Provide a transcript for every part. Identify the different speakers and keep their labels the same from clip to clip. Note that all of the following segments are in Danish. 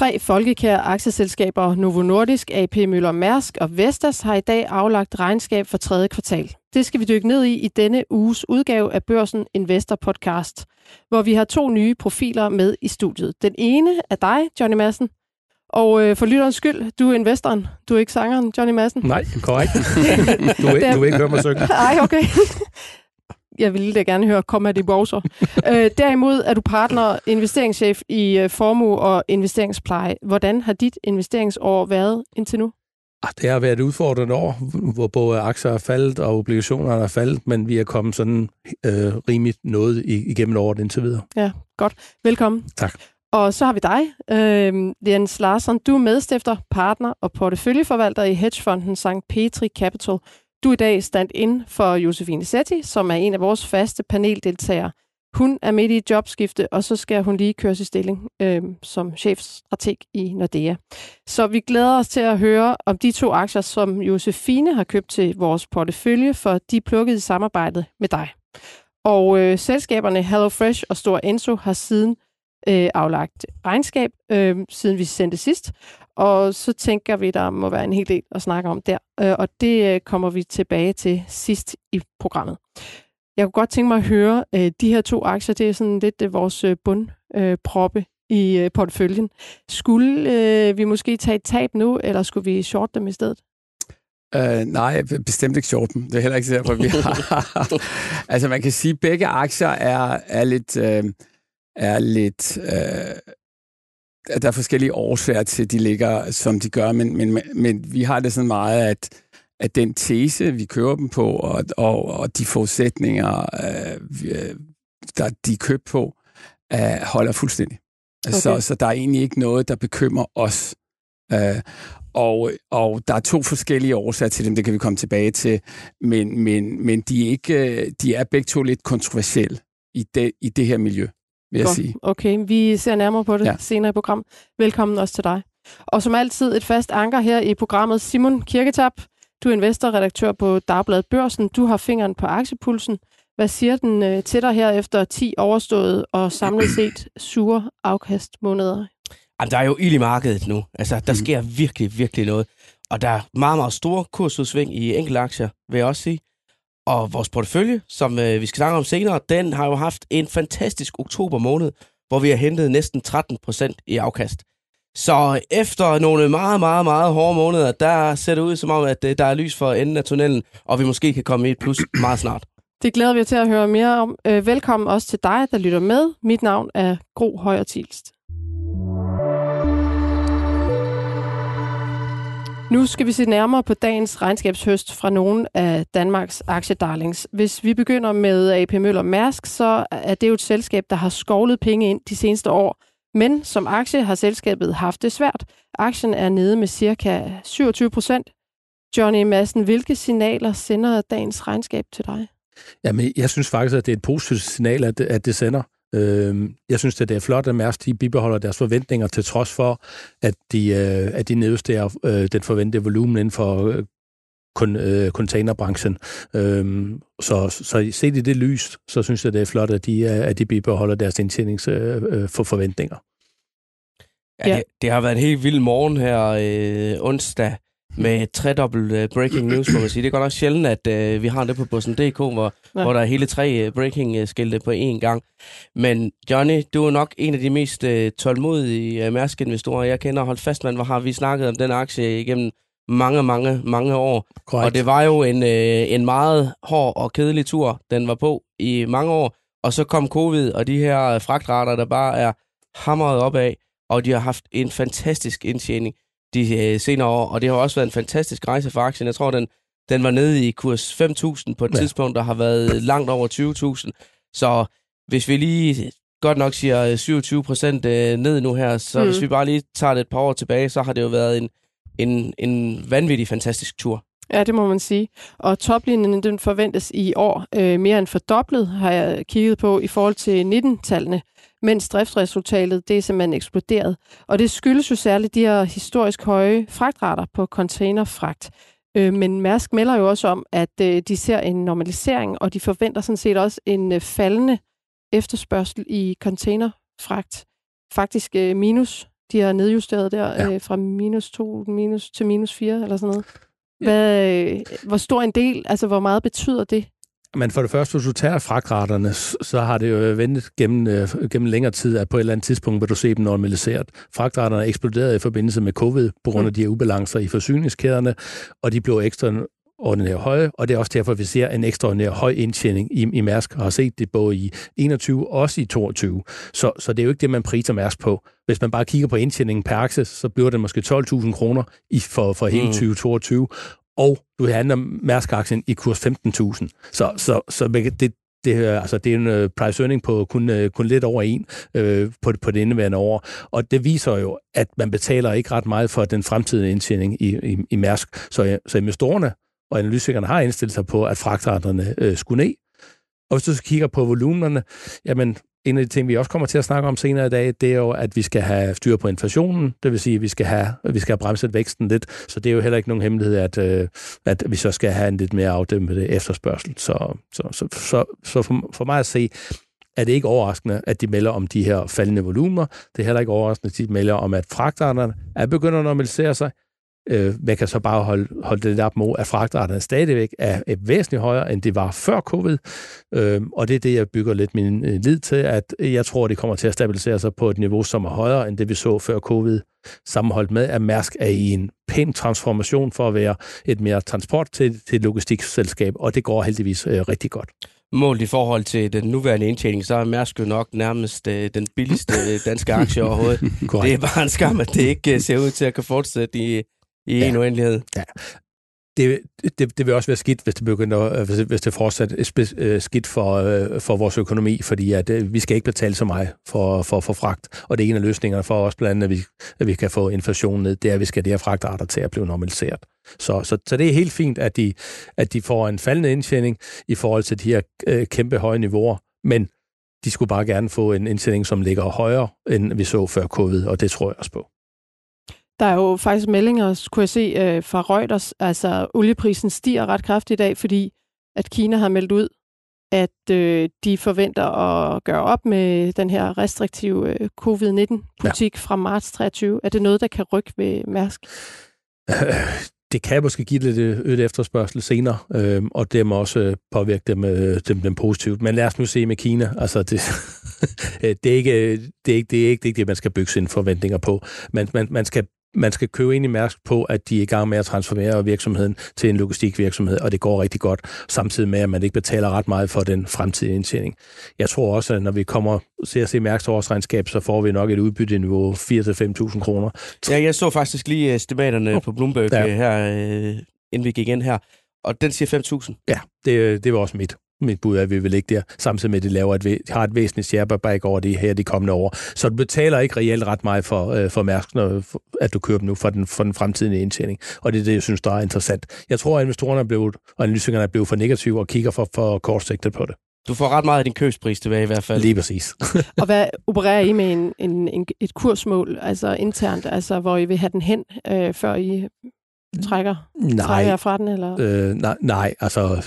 Speaker 1: 3 folkekære aktieselskaber, Novo Nordisk, AP Møller Mærsk og Vestas, har i dag aflagt regnskab for 3. kvartal. Det skal vi dykke ned i denne uges udgave af Børsen Investor Podcast, hvor vi har 2 nye profiler med i studiet. Den ene er dig, Johnny Madsen. Og for lytterens skyld, du er investoren. Du er ikke sangeren, Johnny Madsen.
Speaker 2: Nej, korrekt. Du vil ikke høre mig synge.
Speaker 1: Nej, okay. Jeg ville da gerne høre Kom de Bowser. Derimod er du partner og investeringschef i formue og investeringspleje. Hvordan har dit investeringsår været indtil nu?
Speaker 2: Det har været et udfordrende år, hvor både aktier er faldet og obligationer er faldet, men vi er kommet sådan rimeligt noget igennem året indtil videre.
Speaker 1: Ja, godt. Velkommen.
Speaker 2: Tak.
Speaker 1: Og så har vi dig, Jens Larsson. Du er medstifter, partner og porteføljeforvalter i hedgefonden St. Petri Capital. Du er i dag stand-in for Josefine Setti, som er en af vores faste paneldeltagere. Hun er midt i et jobskifte, og så skal hun lige køres i stilling som chefstrateg i Nordea. Så vi glæder os til at høre om de 2 aktier, som Josefine har købt til vores portefølje, for de er plukket i samarbejdet med dig. Og selskaberne HelloFresh og Stora Enso har siden aflagt regnskab, siden vi sendte sidst. Og så tænker vi, der må være en hel del at snakke om der. Og det kommer vi tilbage til sidst i programmet. Jeg kunne godt tænke mig at høre, de her 2 aktier, det er sådan lidt vores bundproppe i porteføljen. Skulle vi måske tage et tab nu, eller skulle vi short dem i stedet?
Speaker 3: Nej, bestemt ikke short dem. Det er heller ikke derfor, vi har... Altså man kan sige, at begge aktier er lidt... Der er forskellige årsager til, at de ligger, som de gør, men vi har det sådan meget, at den tese, vi kører dem på, og de forudsætninger, der de er købt på, holder fuldstændig. Okay. Så der er egentlig ikke noget, der bekymrer os. Og der er 2 forskellige årsager til dem, det kan vi komme tilbage til, men de er begge 2 lidt kontroversielle i det her miljø.
Speaker 1: Okay, vi ser nærmere på det senere i programmet. Velkommen også til dig. Og som altid et fast anker her i programmet, Simon Kirketab. Du er investorredaktør på Dagbladet Børsen. Du har fingeren på aktiepulsen. Hvad siger den til dig her efter 10 overståede og samlet set sure afkastmåneder?
Speaker 4: Jamen, der er jo ild i markedet nu. Altså, der sker virkelig, virkelig noget. Og der er meget, meget store kursudsving i enkelte aktier, vil jeg også sige. Og vores portefølje, som vi skal snakke om senere, den har jo haft en fantastisk oktober måned, hvor vi har hentet næsten 13% i afkast. Så efter nogle meget, meget, meget hårde måneder, der ser det ud som om, at der er lys for enden af tunnelen, og vi måske kan komme i et plus meget snart.
Speaker 1: Det glæder vi til at høre mere om. Velkommen også til dig, der lytter med. Mit navn er Gro Højer Thielst. Nu skal vi se nærmere på dagens regnskabshøst fra nogle af Danmarks aktiedarlings. Hvis vi begynder med AP Møller Mærsk, så er det jo et selskab, der har skovlet penge ind de seneste år. Men som aktie har selskabet haft det svært. Aktien er nede med ca. 27%. Johnny Madsen, hvilke signaler sender dagens regnskab til dig?
Speaker 2: Jamen, jeg synes faktisk, at det er et positivt signal, at det sender. Jeg synes, at det er flot, at Mærsk de bibeholder deres forventninger, til trods for, at de nedjusterer den forventede volumen inden for containerbranchen. Så set i det lys, så synes jeg, det er flot, at de bibeholder deres indtjeningsforventninger.
Speaker 4: Ja, det har været en helt vild morgen her onsdag med 3-dobbelt breaking news, må man sige. Det er godt nok sjældent, at vi har det på Børsen.dk, hvor der er hele 3 breaking-skilte på én gang. Men Johnny, du er nok en af de mest tålmodige Mærsk-investorer, jeg kender. Hold fast, man, hvor har vi snakket om den aktie igennem mange år. Correct. Og det var jo en meget hård og kedelig tur, den var på i mange år. Og så kom covid, og de her fragtrater, der bare er hamret opad, og de har haft en fantastisk indtjening de senere år, og det har også været en fantastisk rejse for aktien. Jeg tror, den var nede i kurs 5.000 på et tidspunkt, der har været langt over 20.000. Så hvis vi lige godt nok siger 27% ned nu her, så hvis vi bare lige tager det et par år tilbage, så har det jo været en vanvittig fantastisk tur.
Speaker 1: Ja, det må man sige. Og toplinjen, den forventes i år mere end fordoblet, har jeg kigget på i forhold til 19-tallene, mens driftsresultatet, det er simpelthen eksploderet. Og det skyldes jo særligt de her historisk høje fragtrater på containerfragt. Men Mærsk melder jo også om, at de ser en normalisering, og de forventer sådan set også en faldende efterspørgsel i containerfragt. Faktisk minus de har nedjusteret der fra -2 til -4 eller sådan noget. Hvor stor en del, altså hvor meget betyder det?
Speaker 2: Men for det første, hvis du tager fragtraterne, så har det jo ventet gennem længere tid, at på et eller andet tidspunkt vil du se dem normaliseret. Fragtraterne er eksploderet i forbindelse med covid, på grund af de her ubalancer i forsyningskæderne, og de blev ekstraordinært høje, og det er også derfor, vi ser en ekstraordinær høj indtjening i Mærsk, og har set det både i 21 og også i 22. Så det er jo ikke det, man priser Mærsk på. Hvis man bare kigger på indtjeningen per aktie, så bliver det måske 12.000 kroner for hele 2022, og du handler Mærsk-aktien i kurs 15.000. Så det er en price earning på kun lidt over 1 på det indeværende år. Og det viser jo, at man betaler ikke ret meget for den fremtidige indtjening i Mærsk. Så investorerne og analytikerne har indstillet sig på, at fragtraterne skulle ned. Og hvis du så kigger på volumenerne, jamen en af de ting, vi også kommer til at snakke om senere i dag, det er jo, at vi skal have styr på inflationen. Det vil sige, at vi skal have bremset væksten lidt. Så det er jo heller ikke nogen hemmelighed, at vi så skal have en lidt mere afdæmpet efterspørgsel. Så for mig at se, er det ikke overraskende, at de melder om de her faldende volumer. Det er heller ikke overraskende, at de melder om, at fragtraterne er begyndt at normalisere sig. Man kan så bare holde det lidt op mod, at fragtraterne stadigvæk er væsentligt højere, end det var før covid. Og det er det, jeg bygger lidt min lid til, at jeg tror, det kommer til at stabilisere sig på et niveau, som er højere, end det vi så før covid. Sammenholdt med, at Mærsk er i en pæn transformation for at være et mere transport til et logistikselskab, og det går heldigvis rigtig godt.
Speaker 4: Målt i forhold til den nuværende indtjening, så er Mærsk jo nok nærmest den billigste danske aktie overhovedet. Det er bare en skam, at det ikke ser ud til at kunne fortsætte i en uendelighed. Ja.
Speaker 2: Det vil også være skidt, hvis det fortsat er skidt for vores økonomi, fordi at vi skal ikke betale så meget for fragt. Og det er en af løsningerne for os, blandt andet, at vi kan få inflationen ned, det er, at vi skal de her fragtarter til at blive normaliseret. Så det er helt fint, at de får en faldende indtjening i forhold til de her kæmpe høje niveauer, men de skulle bare gerne få en indtjening, som ligger højere, end vi så før covid, og det tror jeg også på.
Speaker 1: Der er jo faktisk meldinger, kunne jeg se, fra Reuters. Altså, olieprisen stiger ret kraftigt i dag, fordi at Kina har meldt ud, at de forventer at gøre op med den her restriktive covid-19-politik fra marts 23. Er det noget, der kan rykke ved Mærsk?
Speaker 2: Det kan måske give lidt øget efterspørgsel senere, og det må også påvirke dem positivt. Men lad os nu se med Kina. Altså, det er ikke det, man skal bygge sine forventninger på. Man skal købe ind i Mærsk på, at de er i gang med at transformere virksomheden til en logistikvirksomhed, og det går rigtig godt, samtidig med, at man ikke betaler ret meget for den fremtidige indtjening. Jeg tror også, at når vi kommer til at se Mærks årsregnskab, så får vi nok et udbytteniveau 4.000-5.000 kroner.
Speaker 4: Ja, jeg så faktisk lige estimaterne på Bloomberg her, inden vi gik ind her, og den siger 5.000.
Speaker 2: Ja, det var også mit bud, at vi vil ligge der, samtidig med, at de har et væsentligt shareback over det her de kommende år. Så du betaler ikke reelt ret meget for Mærsk, at du køber dem nu for den fremtidige indtjening. Og det er det, jeg synes, der er interessant. Jeg tror, at investorerne og analytikerne er blevet for negative og kigger for kortsigtet på det.
Speaker 4: Du får ret meget af din købspris tilbage i hvert fald.
Speaker 2: Lige præcis.
Speaker 1: Og hvad opererer I med et kursmål, altså internt, altså hvor I vil have den hen, før I trækker fra den? Eller?
Speaker 2: Nej, altså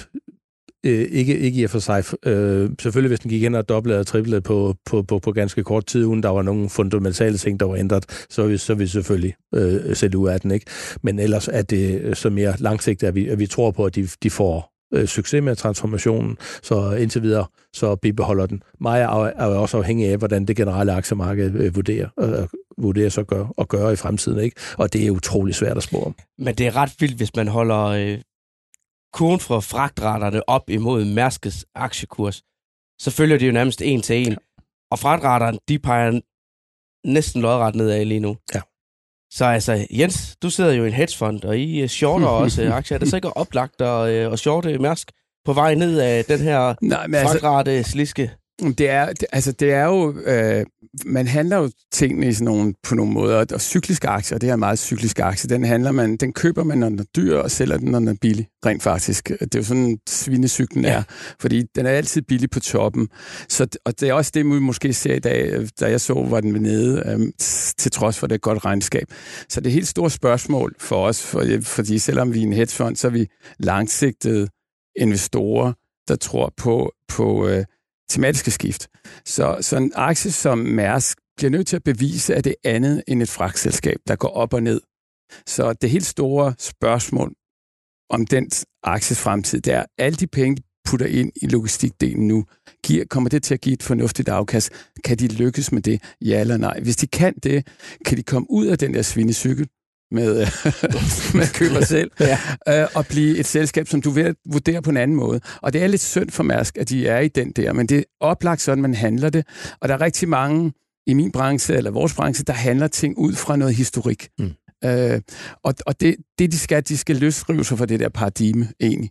Speaker 2: ikke i og for sig. Selvfølgelig, hvis den gik ind og doblede og triplede på ganske kort tid, uden der var nogle fundamentale ting, der var ændret, så vil vi selvfølgelig sætte ud af den, ikke? Men ellers er det så mere langsigtet, at vi tror på, at de får succes med transformationen, så indtil videre, så bibeholder den. Meget er jo også afhængig af, hvordan det generelle aktiemarked vurderer så gøre i fremtiden, ikke? Og det er utrolig svært at spå om.
Speaker 4: Men det er ret vildt, hvis man holder kurven fra fragtraterne op imod Mærskes aktiekurs, så følger de jo nærmest en til en. Og fragtraterne, de peger næsten lodret nedad lige nu. Ja. Så altså, Jens, du sidder jo i en hedgefond, og I shorter også aktier. Er det så ikke oplagt at shorte Mærsk på vej ned af den her fragtrate sliske?
Speaker 3: Det er jo, man handler jo tingene i på nogle måder, og cykliske aktier, det her meget cykliske aktie, den køber man, når den er dyr, og sælger den, når den er billig, rent faktisk. Det er jo sådan, svinecyklen er, fordi den er altid billig på toppen. Og det er også det, vi måske ser i dag, da jeg så, var den nede, til trods for det godt regnskab. Så det er et helt stort spørgsmål for os, fordi selvom vi er en hedgefond, så er vi langsigtede investorer, der tror på tematiske skift. Så en aktie som Mærsk bliver nødt til at bevise, at det er andet end et fragtselskab, der går op og ned. Så det helt store spørgsmål om den akties fremtid, det er, alle de penge, de putter ind i logistikdelen nu, kommer det til at give et fornuftigt afkast? Kan de lykkes med det? Ja eller nej? Hvis de kan det, kan de komme ud af den der svinecykel med køber selv, og blive et selskab, som du vil vurdere på en anden måde. Og det er lidt synd for Mærsk, at de er i den der, men det er oplagt sådan, man handler det. Og der er rigtig mange i min branche, eller vores branche, der handler ting ud fra noget historik. Og de skal løsrive sig fra det der paradigme, egentlig.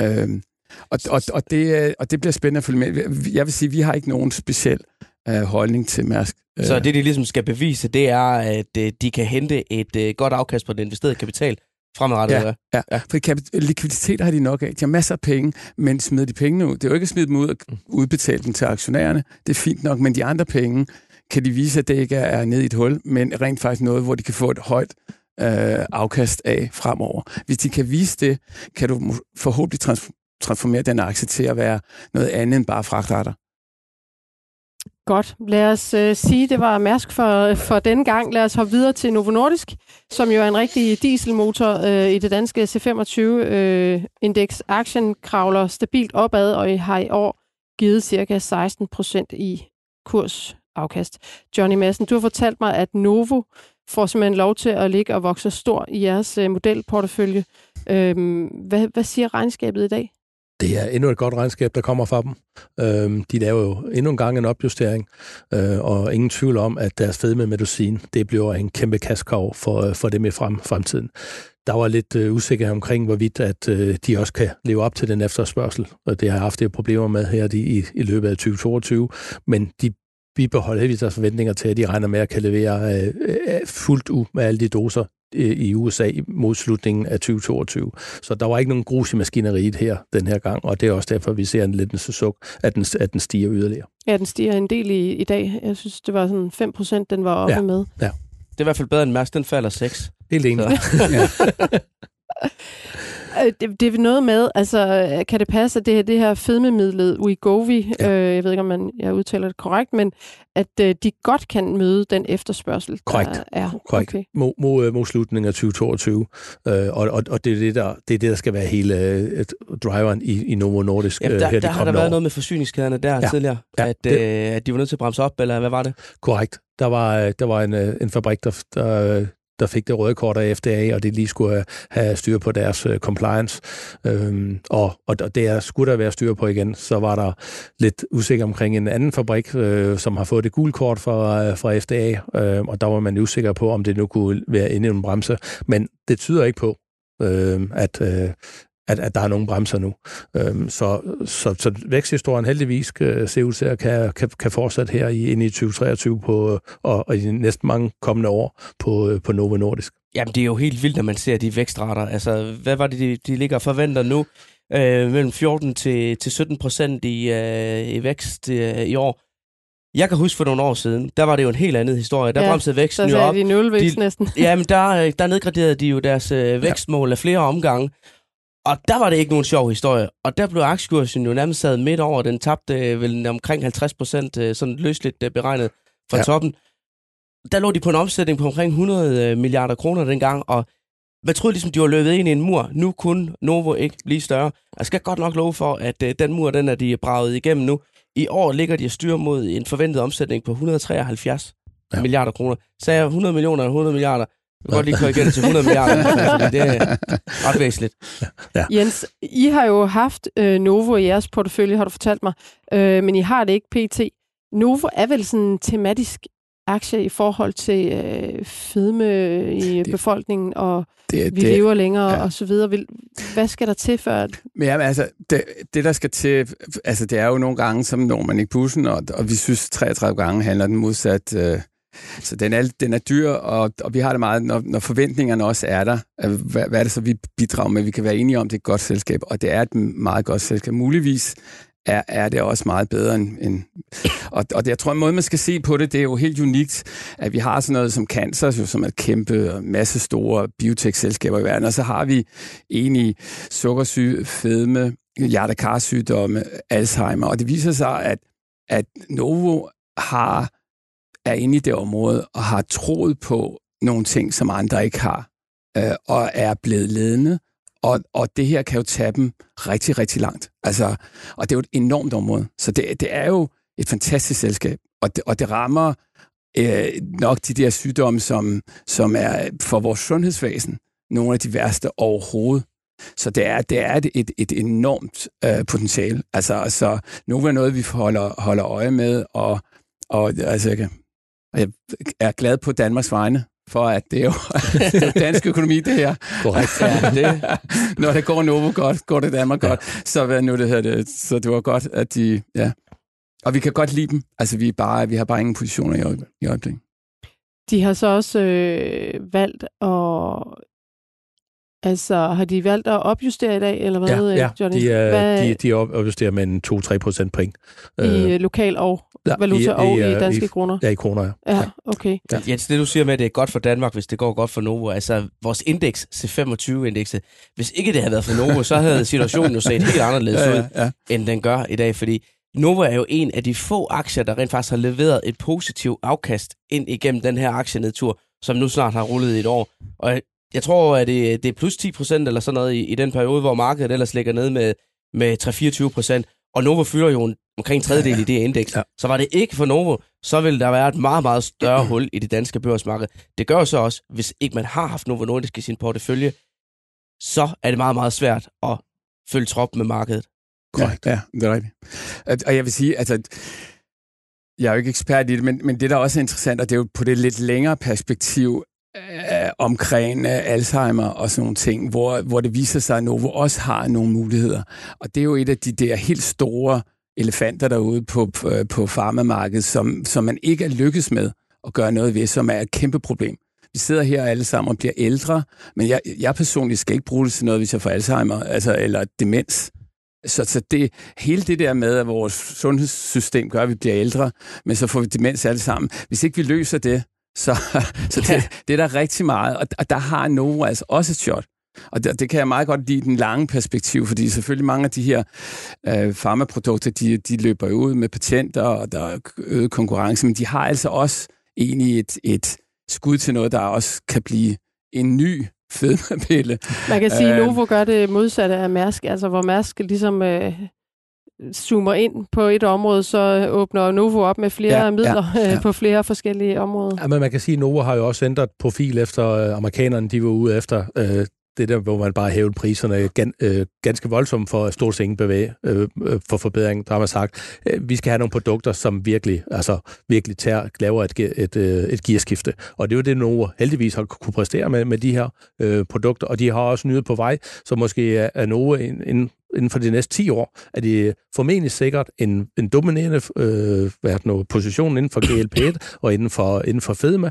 Speaker 3: Og det bliver spændende at følge med. Jeg vil sige, vi har ikke nogen speciel holdning til Mærsk.
Speaker 4: Så det, de ligesom skal bevise, det er, at de kan hente et godt afkast på den investerede kapital fremadrettet.
Speaker 3: Ja. For likviditet har de nok af. De har masser af penge, men smider de pengene ud. Det er jo ikke at smide dem ud og udbetale dem til aktionærerne. Det er fint nok, men de andre penge kan de vise, at det ikke er nede i et hul, men rent faktisk noget, hvor de kan få et højt afkast af fremover. Hvis de kan vise det, kan du forhåbentlig transformere den aktie til at være noget andet end bare fragtrater.
Speaker 1: Godt. Lad os sige, det var Mærsk for denne gang. Lad os hoppe videre til Novo Nordisk, som jo er en rigtig dieselmotor i det danske C25-indeks. Aktien kravler stabilt opad og har i år givet ca. 16% i kursafkast. Johnny Madsen, du har fortalt mig, at Novo får simpelthen lov til at ligge og vokse stor i jeres modelportefølje. Hvad siger regnskabet i dag?
Speaker 2: Det er endnu et godt regnskab, der kommer fra dem. De laver jo endnu en gang en opjustering, og ingen tvivl om, at deres fedmemedicin, det bliver en kæmpe kaskav for dem i fremtiden. Der var lidt usikkerhed omkring, hvorvidt at de også kan leve op til den efterspørgsel, og det har haft det problemer med her i løbet af 2022, men de bibeholder heldigvis deres forventninger til, at de regner med at kan levere fuldt ud med alle de doser i USA mod slutningen af 2022. Så der var ikke nogen grus i maskineriet her den her gang, og det er også derfor, vi ser en lidt suk, at den stiger yderligere. Ja,
Speaker 1: den stiger en del i dag. Jeg synes, det var sådan 5%, den var oppe med.
Speaker 4: Ja. Det er i hvert fald bedre end Mærsk, den falder 6.
Speaker 2: Helt enig.
Speaker 1: Det er noget med, altså kan det passe, at det her fedmemidlet Wegovy, jeg ved ikke, om jeg udtaler det korrekt, men at de godt kan møde den efterspørgsel, der er.
Speaker 2: Korrekt. Okay. Mod slutningen af 2022. Og det er det, der skal være hele driveren i Novo Nordisk.
Speaker 4: Jamen, der har der været noget med forsyningskæderne der tidligere, at de var nødt til at bremse op, eller hvad var det?
Speaker 2: Korrekt. Der var en fabrik, der fik det røde kort af FDA, og de lige skulle have styr på deres compliance. Og det skulle der være styr på igen. Så var der lidt usikker omkring en anden fabrik, som har fået det gule kort fra FDA, og der var man usikker på, om det nu kunne være inde i en bremse. Men det tyder ikke på, at der er nogle bremser nu. Så væksthistorien heldigvis ser ud til at kan fortsætte her ind i 2023 og i de næste mange kommende år på Novo Nordisk.
Speaker 4: Jamen, det er jo helt vildt, når man ser de vækstrater. Altså, hvad var det, de ligger og forventer nu? Mellem 14% i vækst i år. Jeg kan huske for nogle år siden, der var det jo en helt anden historie. Der bremsede væksten jo op.
Speaker 1: De nulvækst næsten.
Speaker 4: Jamen, der nedgraderede de jo deres vækstmål af flere omgange. Og der var det ikke nogen sjov historie. Og der blev aktiekursen jo nærmest sad midt over. Den tabte vel omkring 50%, sådan løsligt beregnet fra toppen. Der lå de på en omsætning på omkring 100 milliarder kroner dengang, og man troede ligesom, de var løbet ind i en mur. Nu kunne Novo ikke blive større. Jeg skal godt nok love for, at den mur, den er de braget igennem nu. I år ligger de at styre mod en forventet omsætning på 173 milliarder kroner. Så er 100 millioner og 100 milliarder. Du kan godt lige korrigere det til 100 milliarder, det er ret væsentligt.
Speaker 1: Ja. Jens, I har jo haft Novo i jeres portefølje, har du fortalt mig, men I har det ikke pt. Novo er vel sådan en tematisk aktie i forhold til fedme i befolkningen, og vi lever længere og så videre. Hvad skal der til før?
Speaker 3: Men altså, det der skal til, altså det er jo nogle gange, som når man ikke bussen, og vi synes 33 gange handler den modsat. Så den er dyr, og vi har det meget, når forventningerne også er der. Hvad er det så, vi bidrager med? Vi kan være enige om, det er et godt selskab, og det er et meget godt selskab. Muligvis er det også meget bedre end... Og det, jeg tror, en måde, man skal se på det, det er jo helt unikt, at vi har sådan noget som Cancer, som er et kæmpe, masse store biotech-selskaber i verden, og så har vi egentlig sukkersyge, fedme, hjerte-karsygdomme, Alzheimer, og det viser sig, at Novo har er inde i det område og har troet på nogle ting, som andre ikke har, og er blevet ledende, og det her kan jo tage dem rigtig, rigtig langt. Altså, og det er jo et enormt område. Så det er jo et fantastisk selskab, og det rammer nok de der sygdomme, som er for vores sundhedsvæsen nogle af de værste overhovedet. Så det er et enormt potentiale. Altså Novo er noget, vi holder øje med, og altså, jeg er glad på Danmarks vegne, for at det er jo dansk økonomi, det her.
Speaker 2: Korrekt.
Speaker 3: Når det går Novo godt, går det Danmark godt. Så hvad nu det her det? Så det var godt, at de... Ja. Og vi kan godt lide dem. Altså, vi har bare ingen positioner i øjeblikket.
Speaker 1: De har så også valgt at... Altså, har de valgt at opjustere i dag, eller hvad, Johnny?
Speaker 2: De opjusterer med en 2-3 procentpoint.
Speaker 1: I lokal og valuta og i danske kroner?
Speaker 2: Ja, i kroner,
Speaker 1: ja. Okay.
Speaker 4: Ja. Jens, det du siger med, at det er godt for Danmark, hvis det går godt for Novo, altså vores indeks, C25-indekset, hvis ikke det havde været for Novo, så havde situationen jo set helt anderledes ud, end den gør i dag, fordi Novo er jo en af de få aktier, der rent faktisk har leveret et positivt afkast ind igennem den her aktienedtur, som nu snart har rullet i et år. Og jeg tror, at det er plus 10% eller sådan noget i den periode, hvor markedet ellers ligger ned med 3-24%. Og Novo fylder jo omkring en tredjedel i det indeks. Ja. Så var det ikke for Novo, så ville der være et meget, meget større hul i det danske børsmarked. Det gør jo så også, hvis ikke man har haft Novo Nordisk i sin portefølje, så er det meget, meget svært at følge trop med markedet.
Speaker 3: Korrekt. Ja, det er rigtigt. Og jeg vil sige, altså, jeg er jo ikke ekspert i det, men det, der også er interessant, og det er jo på det lidt længere perspektiv, omkring Alzheimer og sådan nogle ting, hvor det viser sig, at Novo også har nogle muligheder. Og det er jo et af de der helt store elefanter derude på farmamarkedet, som man ikke er lykkes med at gøre noget ved, som er et kæmpe problem. Vi sidder her alle sammen og bliver ældre, men jeg personligt skal ikke bruge det til noget, hvis jeg får Alzheimer, eller demens. Så det, hele det der med, at vores sundhedssystem gør, at vi bliver ældre, men så får vi demens alle sammen. Hvis ikke vi løser det, så det er der rigtig meget, og der har Novo altså også et shot. Og det kan jeg meget godt lide i den lange perspektiv, fordi selvfølgelig mange af de her farmaprodukter, de løber ud med patenter, og der er øget konkurrence, men de har altså også egentlig et skud til noget, der også kan blive en ny fedmepille.
Speaker 1: Man kan sige, at Novo gør det modsatte af Mærsk, altså hvor Mærsk ligesom zoomer ind på et område, så åbner Novo op med flere midler på flere forskellige områder.
Speaker 2: Ja, men man kan sige, at Novo har jo også ændret profil efter amerikanerne, de var ude efter det der, hvor man bare hævede priserne ganske voldsomt for stort set ingen bevæge for forbedring. Der har man sagt, vi skal have nogle produkter, som virkelig laver et gearskifte. Og det er jo det, Novo heldigvis har kunne præstere med de her produkter, og de har også nyet på vej, så måske er Novo inden for de næste 10 år, er de formentlig sikkert en dominerende position inden for GLP-1 og inden for fedme,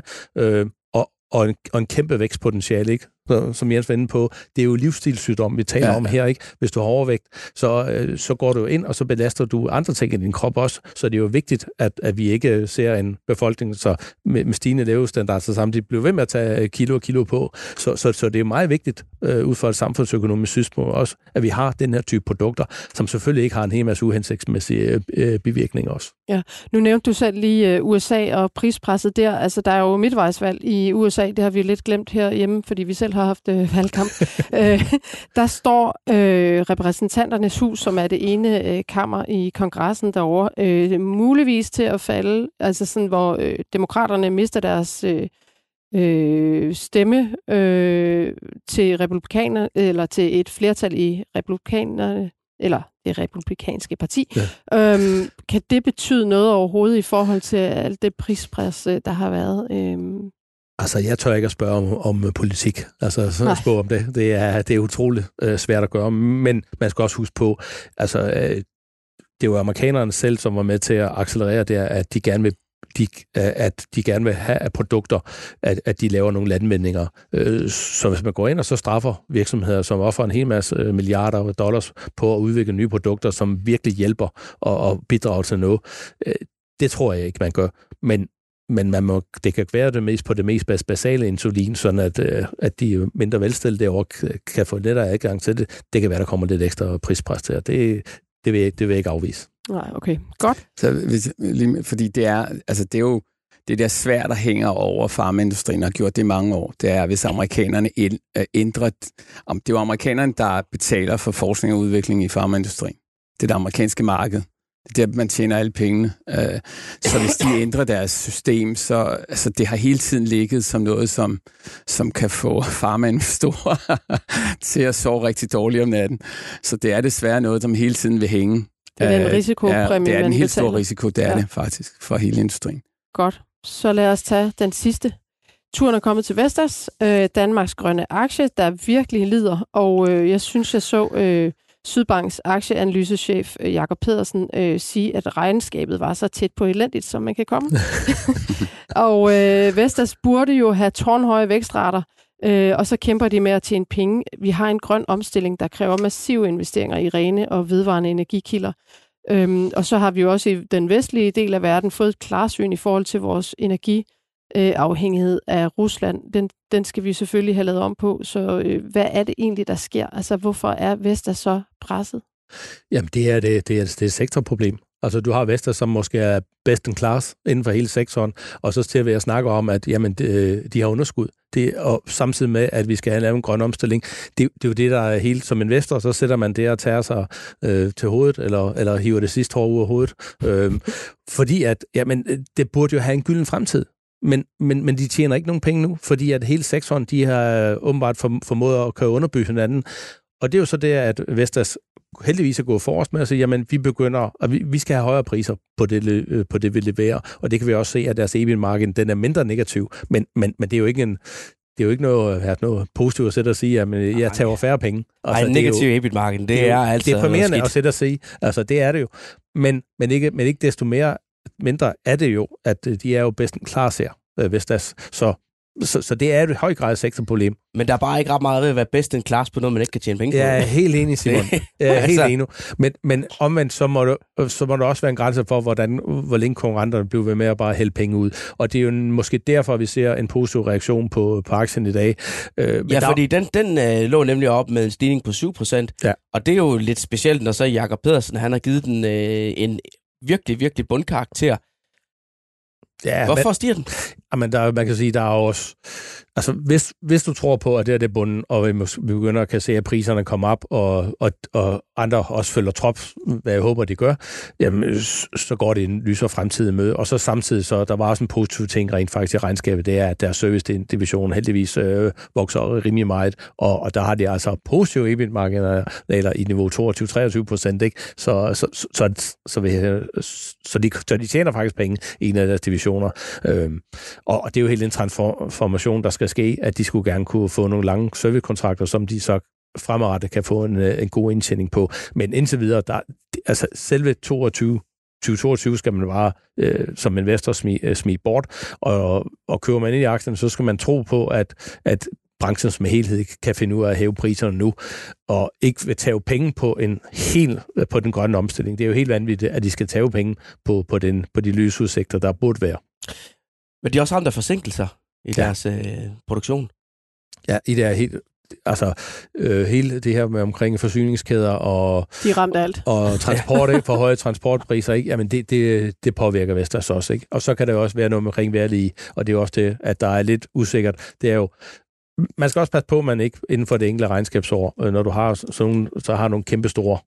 Speaker 2: og en kæmpe vækstpotentiale, ikke? Som Jens var inde på, det er jo livsstilssygdom, vi taler om her, ikke? Hvis du har overvægt, så går du ind, og så belaster du andre ting i din krop også. Så det er jo vigtigt, at vi ikke ser en befolkning så med stigende levestandard, så samtidig bliver ved med at tage kilo på. Så det er meget vigtigt, ud fra et samfundsøkonomisk synspunkt også, at vi har den her type produkter, som selvfølgelig ikke har en hel masse uhensigtsmæssige bivirkninger også. Ja,
Speaker 1: nu nævnte du selv lige USA og prispresset der. Altså, der er jo midtvejsvalg i USA, det har vi lidt glemt herhjemme, fordi vi selv har haft valgkamp. Der står repræsentanternes hus, som er det ene kammer i kongressen derovre, muligvis til at falde, altså sådan, hvor demokraterne mister deres stemme til republikanerne, eller til et flertal i republikanerne, eller det republikanske parti. Ja. Kan det betyde noget overhovedet i forhold til alt det prispres, der har været?
Speaker 2: Altså, jeg tør ikke at spørge om politik. Altså, sådan at spørge om det. Det er utroligt svært at gøre, men man skal også huske på, altså, det er jo amerikanerne selv, som var med til at accelerere det, at de gerne vil have af produkter, at de laver nogle landvindinger. Så hvis man går ind og så straffer virksomheder, som offrer en hel masse milliarder af dollars på at udvikle nye produkter, som virkelig hjælper og bidrager til noget, det tror jeg ikke, man gør. Men det kan være det mest basale insulin, sådan at de mindre velstillede derovre kan få lettere adgang til det. Det kan være, der kommer lidt ekstra prispres til, og det vil jeg ikke afvise.
Speaker 1: Nej, okay. Godt.
Speaker 3: Så fordi det er det der svært, der hænger over farmaindustrien, har gjort det i mange år, det er, hvis amerikanerne ændrer... Det er jo amerikanerne, der betaler for forskning og udvikling i farmaindustrien. Det er det amerikanske marked. Det er der, man tjener alle pengene. Så hvis de ændrer deres system, så altså, det har hele tiden ligget som noget, som kan få farmainvestorer til at sove rigtig dårligt om natten. Så det er desværre noget, som hele tiden vil hænge.
Speaker 1: Det er en risikopræmie,
Speaker 3: det er en helt stor risiko, det er det faktisk, for hele industrien.
Speaker 1: Godt. Så lad os tage den sidste. Turen er kommet til Vestas, Danmarks grønne aktie, der virkelig lider, og jeg synes, jeg så Sydbanks aktieanalysechef Jakob Pedersen sige, at regnskabet var så tæt på elendigt, som man kan komme. Og Vestas burde jo have tårnhøje vækstrater, og så kæmper de med at tjene penge. Vi har en grøn omstilling, der kræver massive investeringer i rene og vedvarende energikilder. Og så har vi jo også i den vestlige del af verden fået et klarsyn i forhold til vores energiafhængighed af Rusland. Den skal vi selvfølgelig have lavet om på. Så hvad er det egentlig, der sker? Altså, hvorfor er Vestas så presset?
Speaker 2: Jamen, det er et sektorproblem. Altså, du har Vestas, som måske er best in class inden for hele sektoren, og så til at snakke om, at jamen, de har underskud. Og samtidig med, at vi skal have lavet en grøn omstilling. Det er jo det, der er helt som investor, så sætter man det og tager sig til hovedet, eller hiver det sidste hår ud af hovedet. Fordi at, jamen, det burde jo have en gylden fremtid. Men de tjener ikke nogen penge nu, fordi at hele sektoren, de har åbenbart formået at køre underbygge hinanden. Og det er jo så det, at Vestas heldigvis er gået forrest med at sige, jamen vi skal have højere priser på det, vi leverer. Og det kan vi også se, at deres EBIT-margin, den er mindre negativ. Men det er jo ikke noget positivt at sætte og sige, at jeg tager færre penge.
Speaker 4: Altså, en negativ EBIT-margin, det er altså
Speaker 2: deprimerende at sætte og sige. Altså, det er det jo. Men ikke desto mindre er det jo, at de er jo bedst en klar ser, Vestas. Så det er et høj grad sektorproblem.
Speaker 4: Men der er bare ikke ret meget ved at være best in class på noget, man ikke kan tjene penge på.
Speaker 2: Jeg er helt enig, Simon. Jeg er helt enig. Men omvendt, så må der også være en grænse for, hvor længe konkurrenterne bliver ved med at bare hælde penge ud. Og det er jo måske derfor, vi ser en positiv reaktion på aktien i dag.
Speaker 4: Fordi den lå nemlig op med en stigning på 7%. Ja. Og det er jo lidt specielt, når så Jakob Pedersen, han har givet den en virkelig, virkelig bundkarakter.
Speaker 2: Ja,
Speaker 4: hvorfor stiger den?
Speaker 2: Jamen, man kan sige, der er også... Altså, hvis du tror på, at det er bunden, og vi begynder at kan se, at priserne kommer op, og andre også følger trop, hvad jeg håber, de gør, jamen, så går det en lysere fremtidig møde. Og så samtidig, så der var også en positiv ting rent faktisk i regnskabet, det er, at deres service-division heldigvis vokser rimelig meget, og der har de altså positive EBIT-marginer, eller i niveau 22-23%, ikke? Så de tjener faktisk penge i en af deres divisioner. Og det er jo helt en transformation, der skal ske, at de skulle gerne kunne få nogle lange servicekontrakter, som de så fremadrettet kan få en god indtjening på. Men indtil videre, altså selve 2022 skal man bare som investor smide bort, og køber man ind i aktien, så skal man tro på, at branchen som helhed kan finde ud af at hæve priserne nu, og ikke vil tage penge på på den grønne omstilling. Det er jo helt vanvittigt, at de skal tage penge på de lysudsigter, der burde være.
Speaker 4: Men de er også ramt af forsinkelser i deres produktion. Ja,
Speaker 2: i det er helt... Altså, hele det her med omkring forsyningskæder og...
Speaker 1: De ramte alt.
Speaker 2: Og transport, for høje transportpriser, ikke? Jamen, det påvirker Vestas også, ikke? Og så kan der jo også være noget omkring vejrlige, og det er også det, at der er lidt usikkert. Det er jo... Man skal også passe på, at man ikke inden for det enkelte regnskabsår, når du har nogle kæmpe store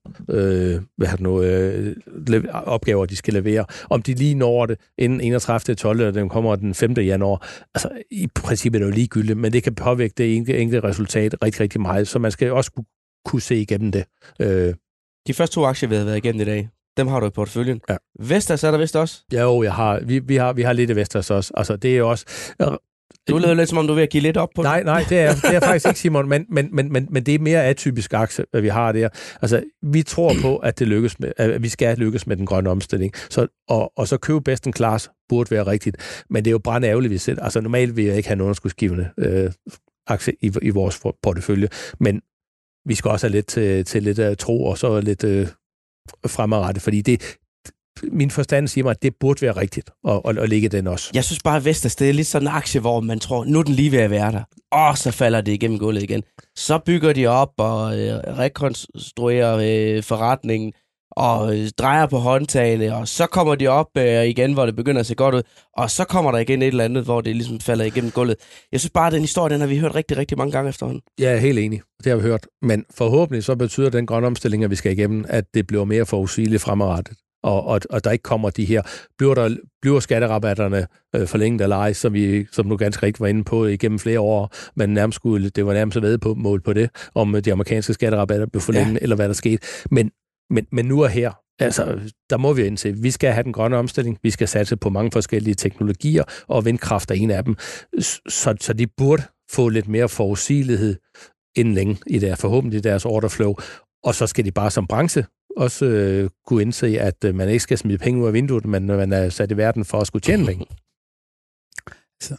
Speaker 2: opgaver, de skal levere. Om de lige når det inden 31.12., og den kommer den 5. januar. Altså, i princippet er det jo ligegyldigt, men det kan påvirke det enkelte resultat rigtig, rigtig meget, så man skal også kunne se igennem det.
Speaker 4: De første 2 aktier, vi har været igennem i dag, dem har du i porteføljen. Ja. Vestas er der vist også?
Speaker 2: Ja, jo, vi har lidt af Vestas også. Altså, det er jo også...
Speaker 4: Du lyder lidt, som om du vil give lidt op på det.
Speaker 2: Nej, det er faktisk ikke, Simon, men det er mere atypisk aktie, hvad vi har der. Altså, vi tror på, at vi skal lykkes med den grønne omstilling. Og så købe best in class burde være rigtigt. Men det er jo brandærgerligt, vi selv. Altså, normalt vil jeg ikke have nogen underskudsgivende aktie i vores portefølje. Men vi skal også have lidt til lidt tro, og så lidt fremadrettet, fordi min forstand siger mig, at det burde være rigtigt at lægge den også.
Speaker 4: Jeg synes bare, at Vestas, det er lidt sådan en aktie, hvor man tror, nu er den lige ved at være der. Og så falder det igennem gulvet igen. Så bygger de op og rekonstruerer forretningen. og drejer på håndtagene, og så kommer de op igen, hvor det begynder at se godt ud, og så kommer der igen et eller andet, hvor det ligesom falder igennem gulvet. Jeg synes bare, at den historie, den har vi hørt rigtig, rigtig mange gange efterhånden.
Speaker 2: Jeg er helt enig. Det har vi hørt. Men forhåbentlig så betyder den grønne omstilling, at vi skal igennem, at det bliver mere forudsigeligt fremadrettet. Og der ikke kommer de her, bliver skatterabatterne forlænget eller ej, som du ganske rigtigt var inde på igennem flere år, men det var nærmest ved på mål på det, om de amerikanske skatterabatter blev forlænget, eller hvad der skete. Men nu og her, altså, der må vi indse, vi skal have den grønne omstilling, vi skal satse på mange forskellige teknologier, og vindkraft er en af dem, så de burde få lidt mere forudsigelighed inden længe i forhåbentlig deres orderflow, og så skal de bare som branche også kunne indse, at man ikke skal smide penge ud af vinduet, men man er sat i verden for at skulle tjene penge. Så.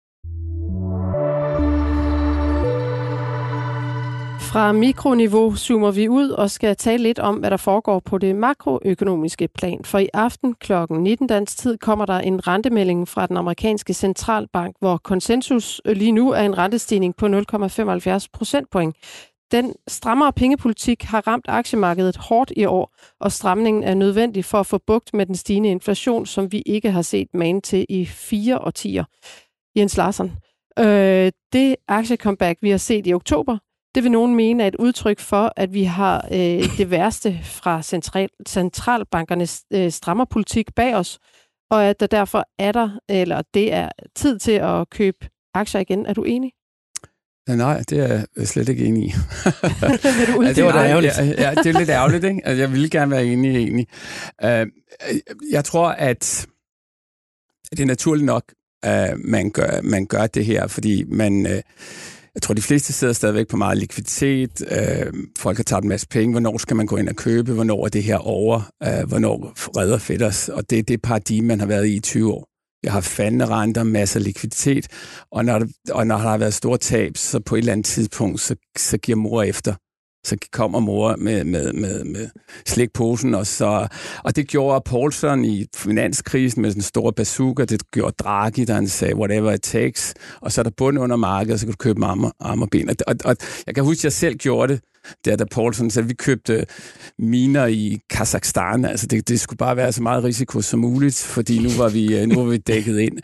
Speaker 1: Fra mikroniveau zoomer vi ud og skal tale lidt om, hvad der foregår på det makroøkonomiske plan. For i aften kl. 19 dansk tid kommer der en rentemelding fra den amerikanske centralbank, hvor konsensus lige nu er en rentestigning på 0,75 procentpoint. Den strammere pengepolitik har ramt aktiemarkedet hårdt i år, og stramningen er nødvendig for at få bugt med den stigende inflation, som vi ikke har set magen til i 4 årtier. Jens Larsson, det aktiecomeback, vi har set i oktober, det vil nogen mene er et udtryk for, at vi har det værste fra centralbankernes strammerpolitik bag os, og at der derfor det er tid til at købe aktier igen. Er du enig?
Speaker 3: Nej, det er jeg slet ikke enig i.
Speaker 4: Det var da ærgerligt.
Speaker 3: Ja, det er lidt ærgerligt, ikke? Altså, jeg ville gerne være enig. Jeg tror, at det er naturligt nok, at man gør det her, fordi jeg tror, de fleste sidder stadigvæk på meget likviditet. Folk har taget en masse penge. Hvornår skal man gå ind og købe? Hvornår er det her over? Hvornår redder fedt os? Og det er det paradigme, man har været i 20 år. Jeg har faldende renter, masser af likviditet, og når der har været store tab, så på et eller andet tidspunkt, så giver mor efter. Så kommer mor med slikposen, og det gjorde Paulson i finanskrisen med den store bazooka, det gjorde Draghi, da han sagde, whatever it takes, og så er der bund under markedet, så kan du købe med arme og ben. Og jeg kan huske, at jeg selv gjorde det, da Paulson sagde, vi købte miner i Kazakhstan, altså det skulle bare være så meget risiko som muligt, fordi nu var vi dækket ind.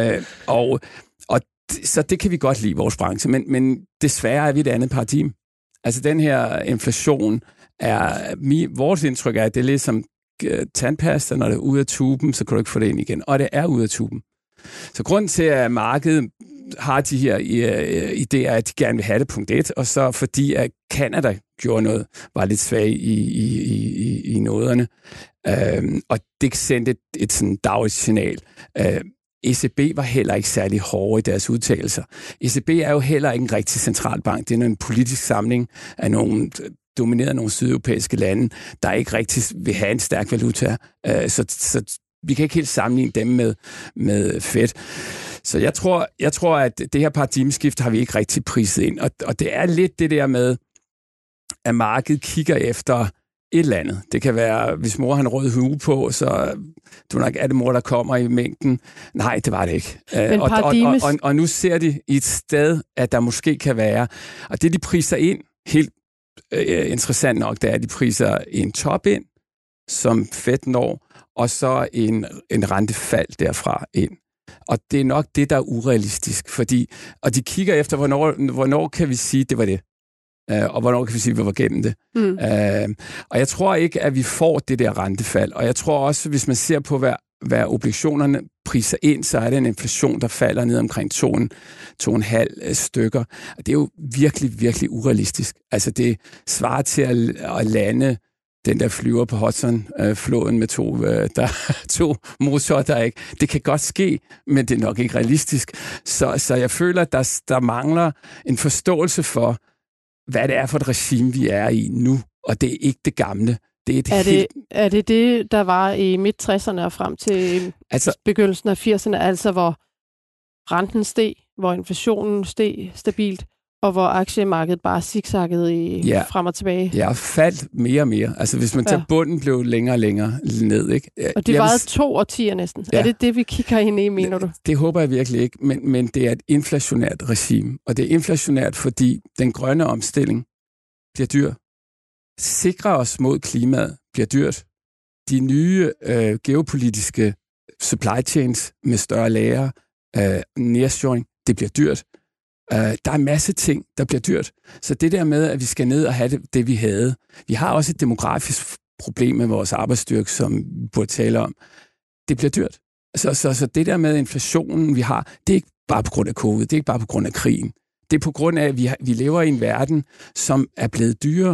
Speaker 3: Så det kan vi godt lide, vores branche, men desværre er vi et andet paradigme. Altså den her inflation vores indtryk er, at det er lidt som tandpasta, når det er ude af tuben, så kan du ikke få det ind igen. Og det er ude af tuben. Så grunden til, at markedet har de her idéer, at de gerne vil have det, punkt 1, og så fordi, at Canada gjorde noget, var lidt svag i noderne. Og det sendte et sådan dagligt signal. ECB var heller ikke særlig hårde i deres udtalelser. ECB er jo heller ikke en rigtig centralbank. Det er en politisk samling af domineret nogle sydeuropæiske lande, der ikke rigtig vil have en stærk valuta. Så vi kan ikke helt sammenligne dem med Fed. Så jeg tror, at det her paradigmeskift har vi ikke rigtig priset ind. Og det er lidt det der med, at markedet kigger efter et eller andet. Det kan være, hvis mor har en rød hue på, så er det mor, der kommer i mængden. Nej, det var det ikke. Og nu ser de i et sted, at der måske kan være. Og det, de priser ind, helt interessant nok, det er, at de priser en top ind, som Fed når, og så en rentefald derfra ind. Og det er nok det, der er urealistisk. Og de kigger efter, hvornår kan vi sige, det var det. Og hvornår kan vi sige, at vi var gennem det. Og jeg tror ikke, at vi får det der rentefald. Og jeg tror også, hvis man ser på, hvad obligationerne priser ind, så er det en inflation, der falder ned omkring 2,5 stykker. Og det er jo virkelig, virkelig urealistisk. Altså det svarer til at lande den der flyver på Hudson-floden med to motorer, der ikke. Det kan godt ske, men det er nok ikke realistisk. Så jeg føler, at der mangler en forståelse for, hvad det er for et regime, vi er i nu, og det er ikke det gamle. Er det, der var i midt-60'erne og frem til begyndelsen af 80'erne, altså hvor renten steg, hvor inflationen steg stabilt, og hvor aktiemarkedet bare zigzaggede frem og tilbage? Ja, faldt mere og mere. Altså hvis man tager bunden, blev længere og længere ned, ikke? Og det varede 2 årtier næsten. Ja. Er det det, vi kigger ind i, mener du? Det håber jeg virkelig ikke, men det er et inflationært regime. Og det er inflationært, fordi den grønne omstilling bliver dyr. Sikrer os mod klimaet, bliver dyrt. De nye geopolitiske supply chains med større lager, nearshoring, det bliver dyrt. Der er en masse ting, der bliver dyrt. Så det der med, at vi skal ned og have det vi havde. Vi har også et demografisk problem med vores arbejdsstyrke, som vi burde tale om. Det bliver dyrt. Så det der med inflationen, vi har, det er ikke bare på grund af covid, det er ikke bare på grund af krigen. Det er på grund af, at vi lever i en verden, som er blevet dyrere.